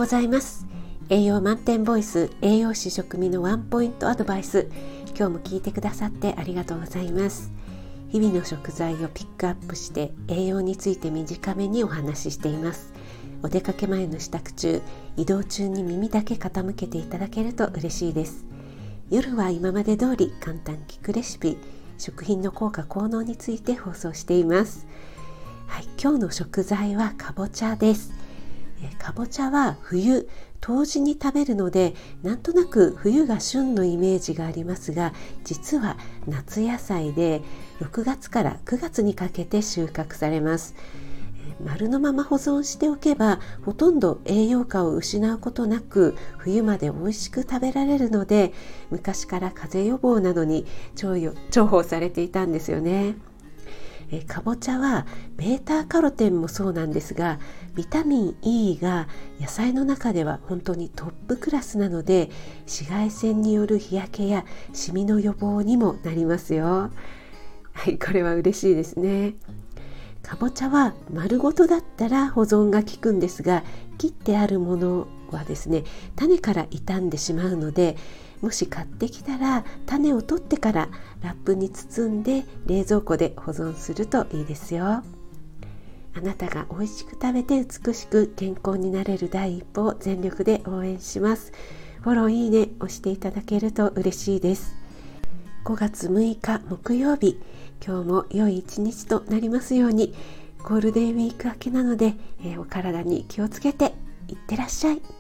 ざいます。栄養満点ボイス、栄養士食味のワンポイントアドバイス。今日も聞いてくださってありがとうございます。日々の食材をピックアップして栄養について短めにお話ししています。お出かけ前の支度中、移動中に耳だけ傾けていただけると嬉しいです。夜は今まで通り簡単聞くレシピ、食品の効果効能について放送しています。今日の食材はかぼちゃです。かぼちゃは冬、冬至に食べるので、なんとなく冬が旬のイメージがありますが、実は夏野菜で6月から9月にかけて収穫されます。丸のまま保存しておけば、ほとんど栄養価を失うことなく冬まで美味しく食べられるので、昔から風邪予防などに重宝されていたんですよね。かぼちゃはベータカロテンもそうなんですが、ビタミン E が野菜の中では本当にトップクラスなので、紫外線による日焼けやシミの予防にもなりますよ。これは嬉しいですね。かぼちゃは丸ごとだったら保存が効くんですが、切ってあるものはですね、種から傷んでしまうので、もし買ってきたら種を取ってからラップに包んで冷蔵庫で保存するといいですよ。あなたが美味しく食べて美しく健康になれる第一歩を全力で応援します。フォロー、いいね押していただけると嬉しいです。5月6日木曜日、今日も良い一日となりますように。ゴールデンウィーク明けなので、お体に気をつけていってらっしゃい。